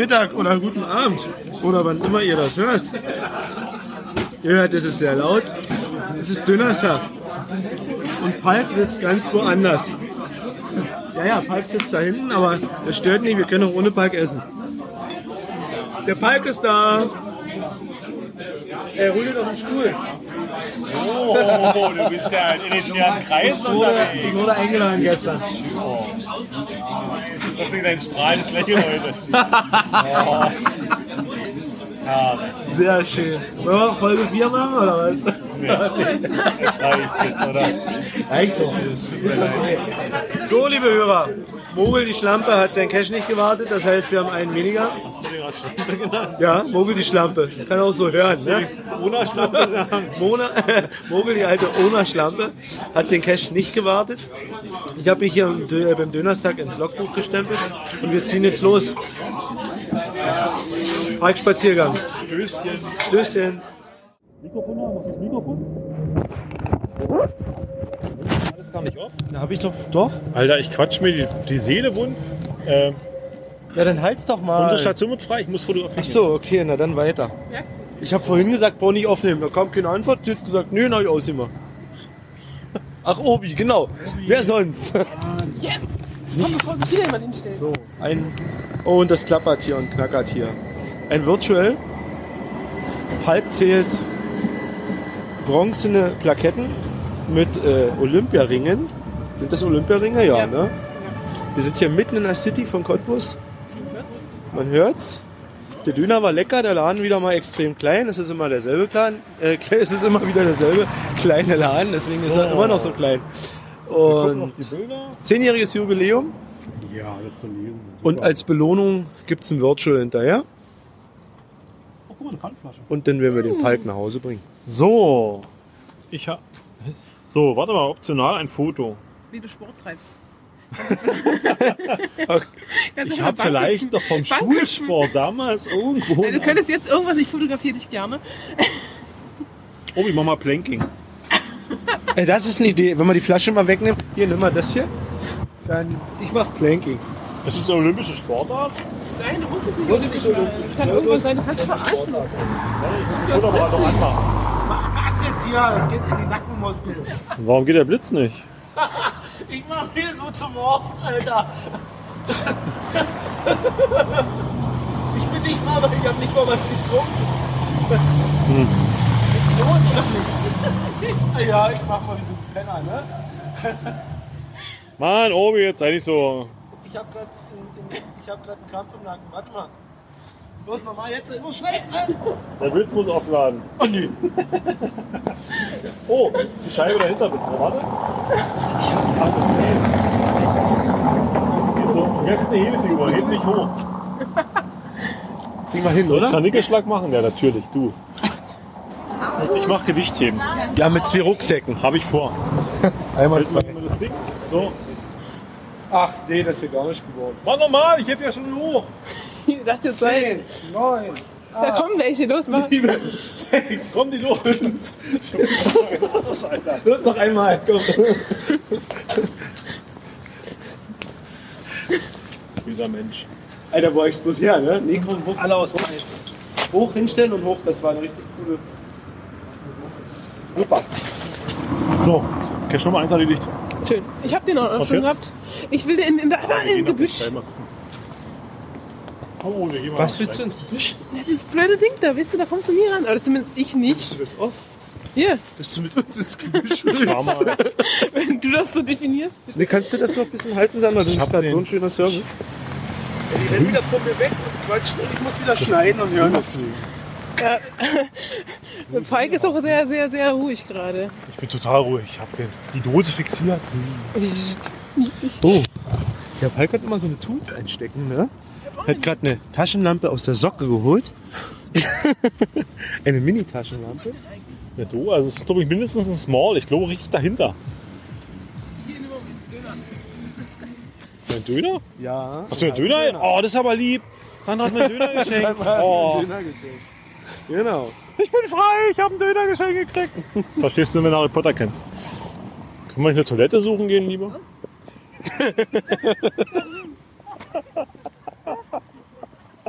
Mittag oder guten Abend oder wann immer ihr das hört. Ihr hört, es ist sehr laut. Es ist Dönerstag. Und Palk sitzt ganz woanders. Ja, Palk sitzt da hinten, aber das stört nicht, wir können auch ohne Palk essen. Der Palk ist da. Hol dir doch einen Stuhl. Oh, du bist ja in elitären Kreisen unterwegs. Ich wurde eingeladen gestern. Deswegen dein strahlendes Lächeln heute. Oh. Ja. Sehr schön. Wollen wir Folge 4 machen, oder was? Nee. Das reicht jetzt, oder? Reicht doch. So, liebe Hörer. Mogel die Schlampe hat sein Cash nicht gewartet, das heißt, wir haben einen weniger. Hast du den als Schlampe genannt? Ja, Mogel die Schlampe. Das kann auch so hören. Ne? Ohne Schlampe sagen. Mogel, die alte Ona-Schlampe, hat den Cash nicht gewartet. Ich habe mich hier beim Dönerstag ins Logbuch gestempelt und wir ziehen jetzt los. Parkspaziergang. Stößchen. Stößchen. Mikrofon noch? Machst du das Mikrofon? Alles gar nicht offen. Da habe ich doch. Alter, ich quatsch mir die Seele wund. Ja, dann halt's doch mal. Unsere Station wird frei, ich muss fotografieren. Ach so, okay, na dann weiter. Ja. Ich habe vorhin gesagt, brauch nicht aufnehmen. Da kam keine Antwort. Sie hat gesagt, nö, hab ich ausgemacht. Ach, Obi, genau. Wer sonst? Jetzt! Komm, bevor sich wieder jemand hinstellt. So, oh, und das klappert hier und knackert hier. Ein Virtual. Palk zählt bronzene Plaketten mit Olympiaringen. Sind das Olympiaringe? Ja, Ja. ne? Wir sind hier mitten in der City von Cottbus. Man hört's. Der Döner war lecker, der Laden wieder mal extrem klein. Es ist immer derselbe es ist immer wieder derselbe kleine Laden, deswegen ist er immer noch so klein. Und 10-jähriges Jubiläum. Ja, das zu lesen. Und als Belohnung gibt es ein Virtual hinterher. Oh, guck mal, eine Pfandflasche. Und dann werden wir den Palk nach Hause bringen. So. So, warte mal, optional ein Foto. Wie du Sport treibst. Ich habe vielleicht doch vom Schulsport damals irgendwo... Ja, du könntest jetzt irgendwas, ich fotografiere dich gerne. Oh, ich mach mal Planking. Das ist eine Idee. Wenn wir die Flasche mal wegnehmen. Hier, nimm mal das hier. Dann, ich mach Planking. Das ist eine olympische Sportart? Nein, du musst es nicht olympisch machen. Das kann irgendwas sein, du kannst verarschen. Oder mal doch anmachen. Mach das jetzt hier, das geht in die Nackenmuskeln. Warum geht der Blitz nicht? Ich mach hier so zum Horst, Alter. Ich bin nicht mal, aber ich hab nicht mal was getrunken. Geht's los oder nicht? Ja, ich mach mal diesen Penner, ne? Mann, Obi, jetzt sei nicht so... Ich hab grad einen Krampf im Nacken. Warte mal. Los, nochmal, jetzt immer schnell. Der Blitz muss aufladen. Oh, nee. Oh, jetzt ist die Scheibe dahinter, bitte. Warte. Das geht so. Vergesst eine Hebefigur, heb nicht hoch. Kriegen wir hin, Ich oder? kann Nickelschlag machen? Ja, natürlich, du. Ich mach Gewichtheben. Ja, mit 2 Rucksäcken. Habe ich vor. Einmal Hält man immer das Ding? So. Ach, nee, das ist ja gar nicht geworden. Mach normal, ich heb ja schon hoch. Lass dir Zeit. 9, Da kommen welche, los, mach. 7, 6. Komm die los. Los, noch einmal. Komm. Dieser Mensch. Alter, wo ich bloß her, ne? Nee, komm, hoch. Alle aus Holz. Hoch hinstellen und hoch, das war eine richtig coole. Super. So, Cash Nummer 1 erledigt. Schön. Ich hab den auch Was schon jetzt? gehabt. Ich will in den Gebüsch. Oh, wir gehen mal Was willst du ins Gebüsch? Ja, das blöde Ding da, weißt du, da kommst du nie ran. Oder zumindest ich nicht. Bist du das oft? Hier, Dass du mit uns ins Gebüsch Schau willst? mal. wenn du das so definierst. Ne, kannst du das noch ein bisschen halten, Sandra? Das ist hab gerade den- so ein schöner Service. Die rennen wieder vor mir weg und quatschen und ich muss wieder schneiden und hören. Ja. Falk ist auch sehr, sehr, sehr ruhig gerade. Ich bin total ruhig. Ich habe die Dose fixiert. Oh. Der Palk hat immer so eine Tools einstecken, ne? Hat gerade eine Taschenlampe aus der Socke geholt. Eine Mini-Taschenlampe. Ja, du, also es ist, glaube ich, mindestens ein Small. Ich glaube, richtig dahinter. Ein Döner? Ja. Hast du einen Döner? Oh, das ist aber lieb. Sandra hat mir einen Döner geschenkt. Oh. Döner geschenkt. Genau. Ich bin frei, ich habe einen Döner geschenkt gekriegt. Verstehst du, wenn du Harry Potter kennst? Können wir nicht eine Toilette suchen gehen, lieber?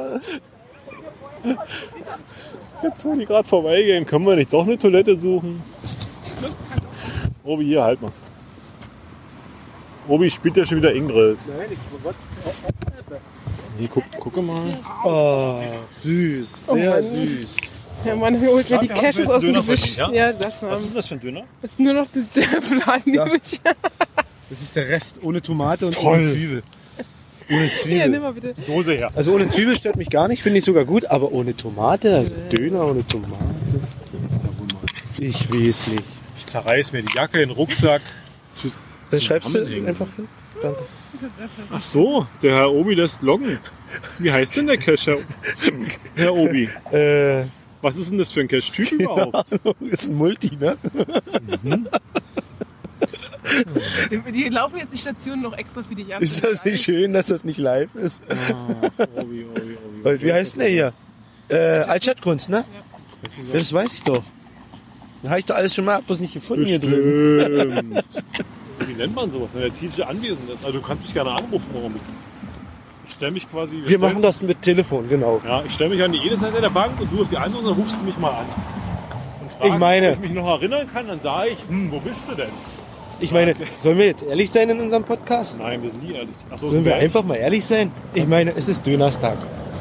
Jetzt, wo die gerade vorbeigehen, können wir nicht doch eine Toilette suchen? Obi, hier, halt mal. Obi spielt ja schon wieder Ingress. Hier, gucke mal. Oh, süß, sehr süß. Ja, Mann, wir holen mir die Dafür haben Caches wir jetzt aus dem Döner Gebüsch. verdient, Ja, das Was ist denn das für ein Döner? ist nur noch der Fladen übrig. Das ist der Rest ohne Tomate und Toll. ohne Zwiebel. Ohne Zwiebel. Ja, nimm mal bitte. Dose her. Also ohne Zwiebel stört mich gar nicht, finde ich sogar gut, aber ohne Tomate, also Döner ohne Tomate. Das ist der Hummer. Ich weiß nicht. Ich zerreiß mir die Jacke, den Rucksack. Das schreibst du Zusammenhängen. einfach hin? Danke. Ach so, der Herr Obi lässt loggen. Wie heißt denn der Cache, Herr Obi? Was ist denn das für ein Cache-Typ überhaupt? Ist ein Multi, ne? Die laufen jetzt die Station noch extra für dich ab. Ist das nicht schön, dass das nicht live ist? Obi. Wie heißt denn der hier? Altstadtkunst, ne? Ja, das weiß ich doch. Da habe ich doch alles schon mal bloß nicht gefunden hier drin. Bestimmt. Wie nennt man sowas, wenn der Tiefste anwesend ist? Also du kannst mich gerne anrufen, Obi. Ich stelle mich quasi... Wir machen das mit Telefon, genau. Ja, ich stelle mich an die eine Seite der Bank und du auf die andere und dann rufst du mich mal an. Und fragst, Ich meine- ob ich mich noch erinnern kann, dann sage ich, wo bist du denn? Ich meine, sollen wir jetzt ehrlich sein in unserem Podcast? Nein, wir sind nie ehrlich. Ach so, Sollen wir einfach mal ehrlich sein? Ich meine, es ist Dönerstag.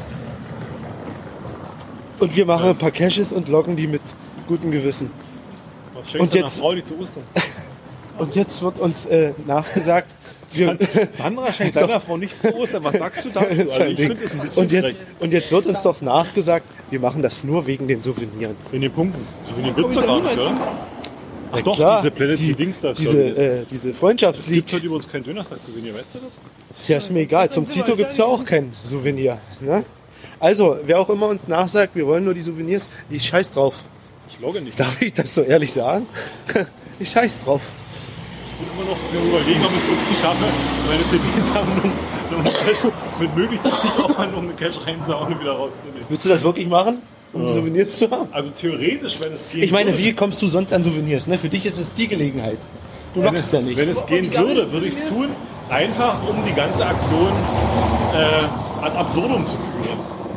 Und wir machen ein paar Caches und loggen die mit gutem Gewissen. Was schenkst und du jetzt- deiner Frau nicht zu Ostern? Und jetzt wird uns nachgesagt, wir, Sandra schenkt deiner Frau nichts zu Ostern. Was sagst du dazu? Das ist Also ein ich Ding. finde es ein bisschen und jetzt wird uns doch nachgesagt, wir machen das nur wegen den Souveniren. in den Punkten. So wie den gibt's ja gar nicht, oder? Ach doch, Klar, diese Planet Dings da. diese Es gibt Freundschaftsleague. heute übrigens kein Dönerstag-Souvenir, weißt du das? Ja, ist mir egal. Zum Zito gibt es ja auch kein Souvenir. Ne? Also, wer auch immer uns nachsagt, wir wollen nur die Souvenirs, ich scheiß drauf. Ich logge nicht. Darf ich das so ehrlich sagen? Ich scheiß drauf. Ich bin immer noch überlegen, ob ich es irgendwie schaffe, meine TV-Sammlung mit möglichst wenig Aufwand um eine Cash reinzuhauen und wieder rauszunehmen. Willst du das wirklich machen, um die Souvenirs zu haben? Also theoretisch, wenn es gehen Ich meine, würde, wie kommst du sonst an Souvenirs? Ne? Für dich ist es die Gelegenheit. Du lockst ja nicht. wenn es gehen würde, würde ich es tun, einfach um die ganze Aktion ad absurdum zu führen.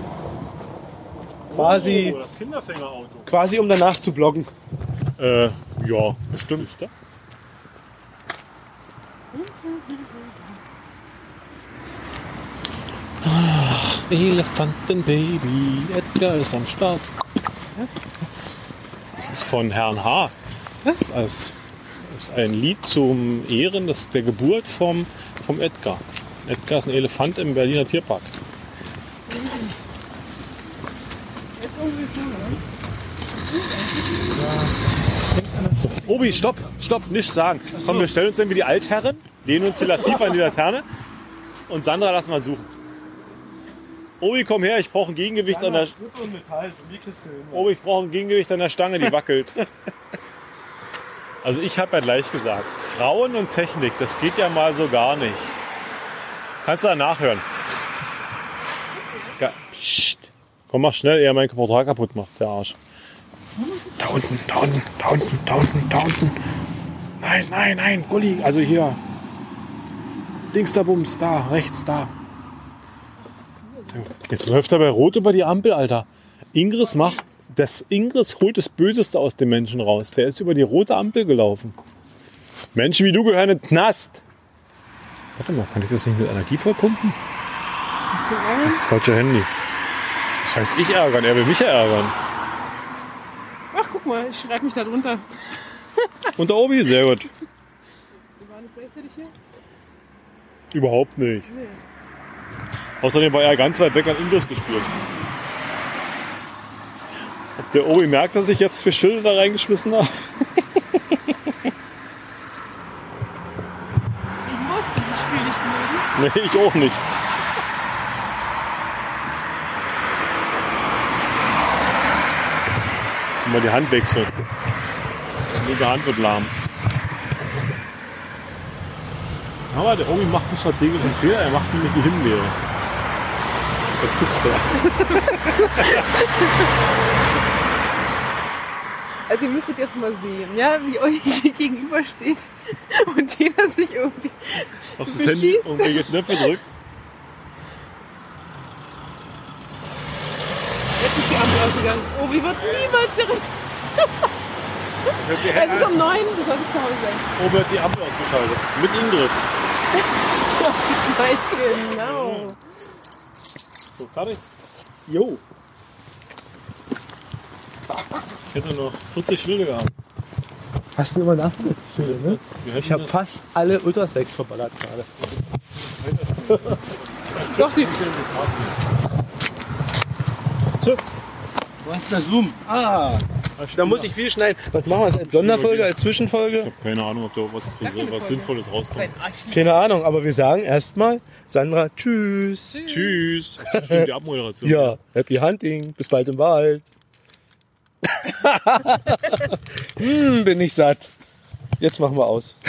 Quasi, Oh, das Kinderfängerauto. quasi um danach zu bloggen. Ja, bestimmt. Ist das? Elefantenbaby, Edgar ist am Start. Was? Das ist von Herrn H. Was? Das ist ein Lied zum Ehren der Geburt vom Edgar. Edgar ist ein Elefant im Berliner Tierpark. So. Obi, stopp, nicht sagen. Komm, wir stellen uns dann wie die Altherren, lehnen uns lassiv an die Laterne und Sandra lassen wir suchen. Obi, komm her, ich brauche ein Gegengewicht an der Obi, ich brauche ein Gegengewicht an der Stange, die wackelt. Also ich habe ja gleich gesagt, Frauen und Technik, das geht ja mal so gar nicht. Kannst du da nachhören? Psst. Komm, mach schnell, ehe er mein Portal kaputt macht, der Arsch. Da unten. Nein, Gulli, also hier. Links da Bums, da, rechts da. Jetzt läuft er bei Rot über die Ampel, Alter. Ingris holt das Böseste aus dem Menschen raus. Der ist über die rote Ampel gelaufen. Menschen wie du gehören in den Knast. Warte mal, kann ich das nicht mit Energie vollpumpen? Zum Ärgern? Falscher Handy. Das heißt, ich ärgern, er will mich ja ärgern. Ach, guck mal, ich schreibe mich da drunter. Und der Obi, sehr gut. Wir waren nicht gleichzeitig hier? Überhaupt nicht. Außerdem war er ganz weit weg an Ingris gespielt. Ob der Obi merkt, dass ich jetzt 2 Schilder da reingeschmissen habe? Ich musste das Spiel nicht mögen. Nee, ich auch nicht. Mal die Hand wechseln. Die linke Hand wird lahm. Aber der Obi macht einen strategischen Fehler, er macht nämlich die Himbeere. Jetzt guckst du. Also ihr müsstet jetzt mal sehen, ja, wie euch hier gegenübersteht und jeder sich irgendwie Auf das Handy beschießt. und welche Knöpfe drückt. gegangen. Obi wird niemals zurück. Es ist um 9, du solltest zu Hause sein. Obi hat die Ampel ausgeschaltet. Mit Ingriff. Genau. So, fertig. Jo. Ich hätte noch 40 Schilde gehabt. Hast du immer nachgedacht, ne? Ich habe das. fast alle Ultrasex verballert gerade. Doch, die. Tschüss. Wo hast du da Zoom? Ah, da muss ich viel schneiden. Was machen wir jetzt als Sonderfolge, als Zwischenfolge? Ich habe keine Ahnung, ob da was Sinnvolles rauskommt. Sein Archiv. Keine Ahnung, aber wir sagen erstmal, Sandra, tschüss. Tschüss. Das ist schon die Abmoderation. Ja, Happy Hunting, bis bald im Wald. Bin ich satt. Jetzt machen wir aus.